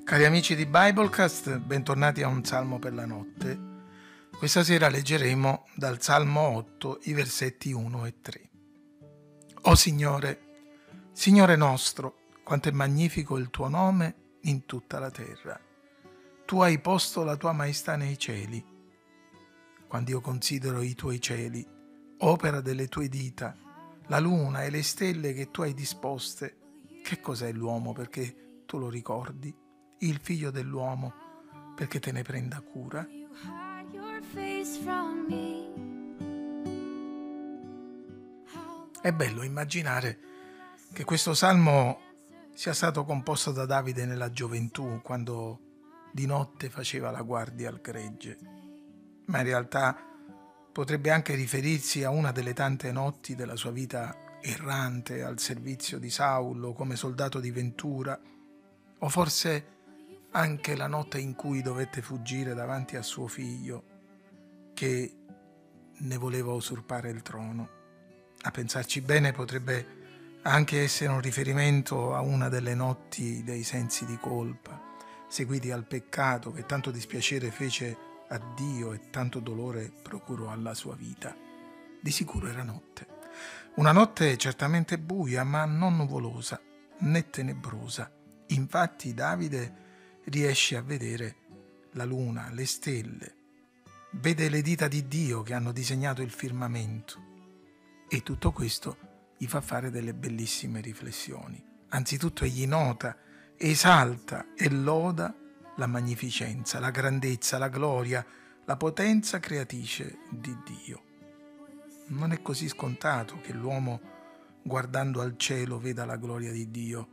Cari amici di Biblecast, bentornati a un Salmo per la notte. Questa sera leggeremo dal Salmo 8 i versetti 1 e 3. O Signore, Signore nostro, quanto è magnifico il tuo nome in tutta la terra. Tu hai posto la tua maestà nei cieli. Quando io considero i tuoi cieli, opera delle tue dita, la luna e le stelle che tu hai disposte, che cos'è l'uomo perché tu lo ricordi? Il figlio dell'uomo perché te ne prenda cura? È bello immaginare che questo salmo sia stato composto da Davide nella gioventù, quando di notte faceva la guardia al gregge, ma in realtà potrebbe anche riferirsi a una delle tante notti della sua vita errante al servizio di Saulo come soldato di Ventura, o forse anche la notte in cui dovette fuggire davanti a suo figlio che ne voleva usurpare il trono. A pensarci bene potrebbe anche essere un riferimento a una delle notti dei sensi di colpa, seguiti al peccato che tanto dispiacere fece a Dio e tanto dolore procurò alla sua vita. Di sicuro era notte. Una notte certamente buia, ma non nuvolosa né tenebrosa. Infatti Davide riesce a vedere la luna, le stelle, vede le dita di Dio che hanno disegnato il firmamento e tutto questo gli fa fare delle bellissime riflessioni. Anzitutto egli nota, esalta e loda la magnificenza, la grandezza, la gloria, la potenza creatrice di Dio. Non è così scontato che l'uomo, guardando al cielo, veda la gloria di Dio.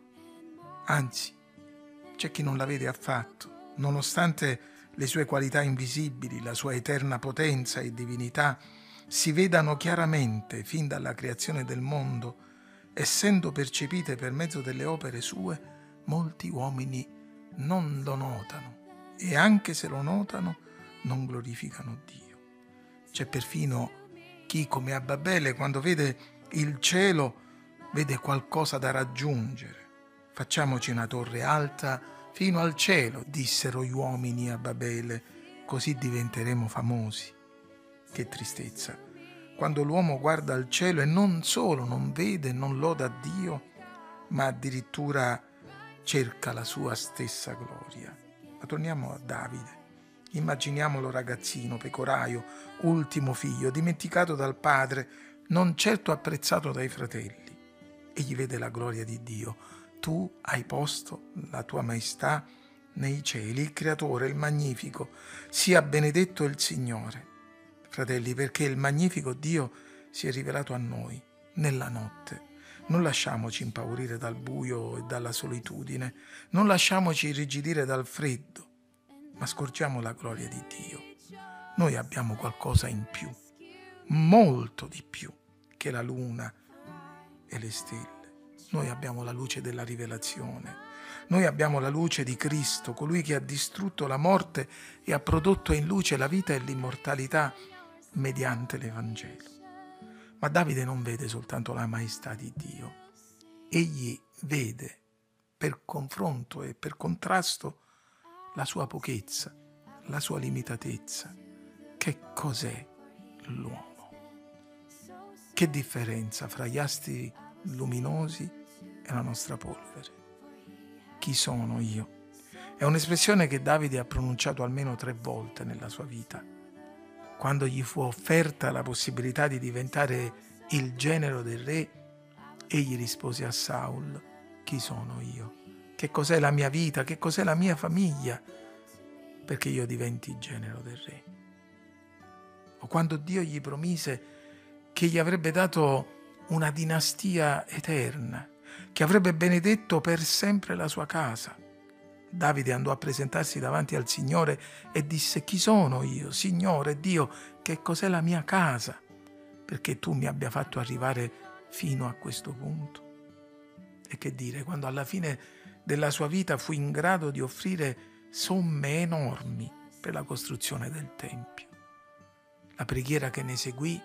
Anzi, c'è chi non la vede affatto, nonostante le sue qualità invisibili, la sua eterna potenza e divinità si vedano chiaramente fin dalla creazione del mondo, essendo percepite per mezzo delle opere sue, molti uomini non lo notano e anche se lo notano non glorificano Dio. C'è perfino chi, come a Babele, quando vede il cielo, vede qualcosa da raggiungere. Facciamoci una torre alta fino al cielo, dissero gli uomini a Babele, così diventeremo famosi. Che tristezza, quando l'uomo guarda al cielo e non solo non vede e non loda Dio, ma addirittura cerca la sua stessa gloria. Ma torniamo a Davide. Immaginiamolo ragazzino, pecoraio, ultimo figlio, dimenticato dal padre, non certo apprezzato dai fratelli. Egli vede la gloria di Dio. Tu hai posto la tua maestà nei cieli, il Creatore, il Magnifico. Sia benedetto il Signore. Fratelli, perché il Magnifico Dio si è rivelato a noi nella notte. Non lasciamoci impaurire dal buio e dalla solitudine, non lasciamoci irrigidire dal freddo, ma scorgiamo la gloria di Dio. Noi abbiamo qualcosa in più, molto di più che la luna e le stelle. Noi abbiamo la luce della rivelazione. Noi abbiamo la luce di Cristo, colui che ha distrutto la morte e ha prodotto in luce la vita e l'immortalità mediante l'Evangelo. Ma Davide non vede soltanto la maestà di Dio. Egli vede, per confronto e per contrasto, la sua pochezza, la sua limitatezza. Che cos'è l'uomo? Che differenza fra gli astri luminosi e la nostra polvere? Chi sono io? È un'espressione che Davide ha pronunciato almeno 3 volte nella sua vita. Quando gli fu offerta la possibilità di diventare il genero del re, egli rispose a Saul: chi sono io? Che cos'è la mia vita? Che cos'è la mia famiglia? Perché io diventi genero del re. O quando Dio gli promise che gli avrebbe dato una dinastia eterna, che avrebbe benedetto per sempre la sua casa. Davide andò a presentarsi davanti al Signore e disse: chi sono io, Signore Dio, che cos'è la mia casa, perché tu mi abbia fatto arrivare fino a questo punto? E che dire, quando alla fine della sua vita fu in grado di offrire somme enormi per la costruzione del Tempio. La preghiera che ne seguì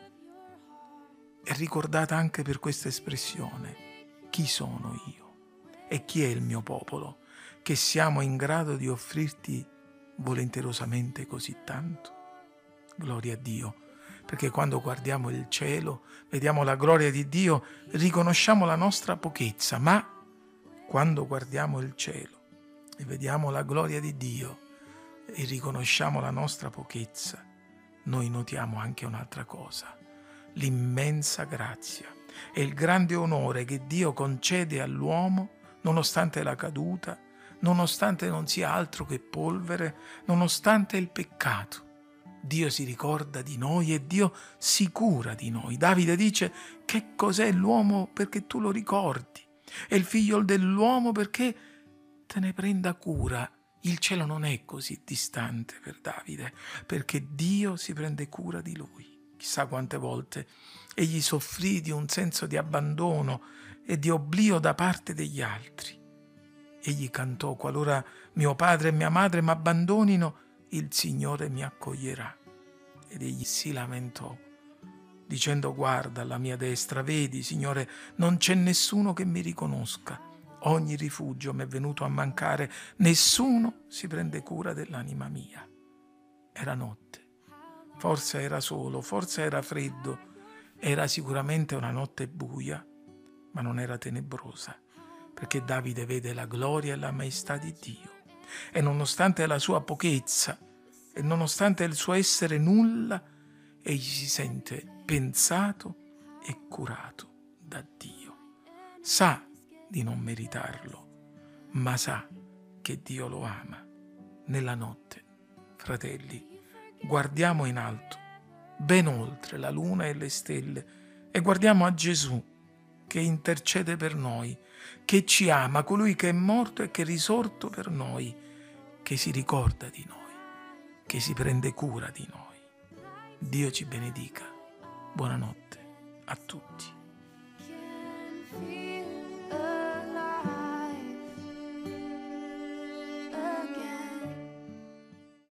è ricordata anche per questa espressione: chi sono io? E chi è il mio popolo? che siamo in grado di offrirti volenterosamente così tanto. Gloria a Dio, perché quando guardiamo il cielo, vediamo la gloria di Dio, riconosciamo la nostra pochezza, ma quando guardiamo il cielo e vediamo la gloria di Dio e riconosciamo la nostra pochezza, noi notiamo anche un'altra cosa: l'immensa grazia e il grande onore che Dio concede all'uomo nonostante la caduta, nonostante non sia altro che polvere, nonostante il peccato. Dio si ricorda di noi e Dio si cura di noi. Davide dice: che cos'è l'uomo perché tu lo ricordi? E il figlio dell'uomo perché te ne prenda cura. Il cielo non è così distante per Davide, perché Dio si prende cura di lui. Chissà quante volte egli soffrì di un senso di abbandono e di oblio da parte degli altri. Egli cantò: qualora mio padre e mia madre mi abbandonino, il Signore mi accoglierà. Ed egli si lamentò, dicendo: guarda alla mia destra, vedi, Signore, non c'è nessuno che mi riconosca. Ogni rifugio mi è venuto a mancare, nessuno si prende cura dell'anima mia. Era notte, forse era solo, forse era freddo, era sicuramente una notte buia, ma non era tenebrosa, perché Davide vede la gloria e la maestà di Dio. E nonostante la sua pochezza e nonostante il suo essere nulla, egli si sente pensato e curato da Dio. Sa di non meritarlo, ma sa che Dio lo ama. Nella notte, fratelli, guardiamo in alto, ben oltre la luna e le stelle, e guardiamo a Gesù che intercede per noi, che ci ama, colui che è morto e che è risorto per noi, che si ricorda di noi, che si prende cura di noi. Dio ci benedica. Buonanotte a tutti.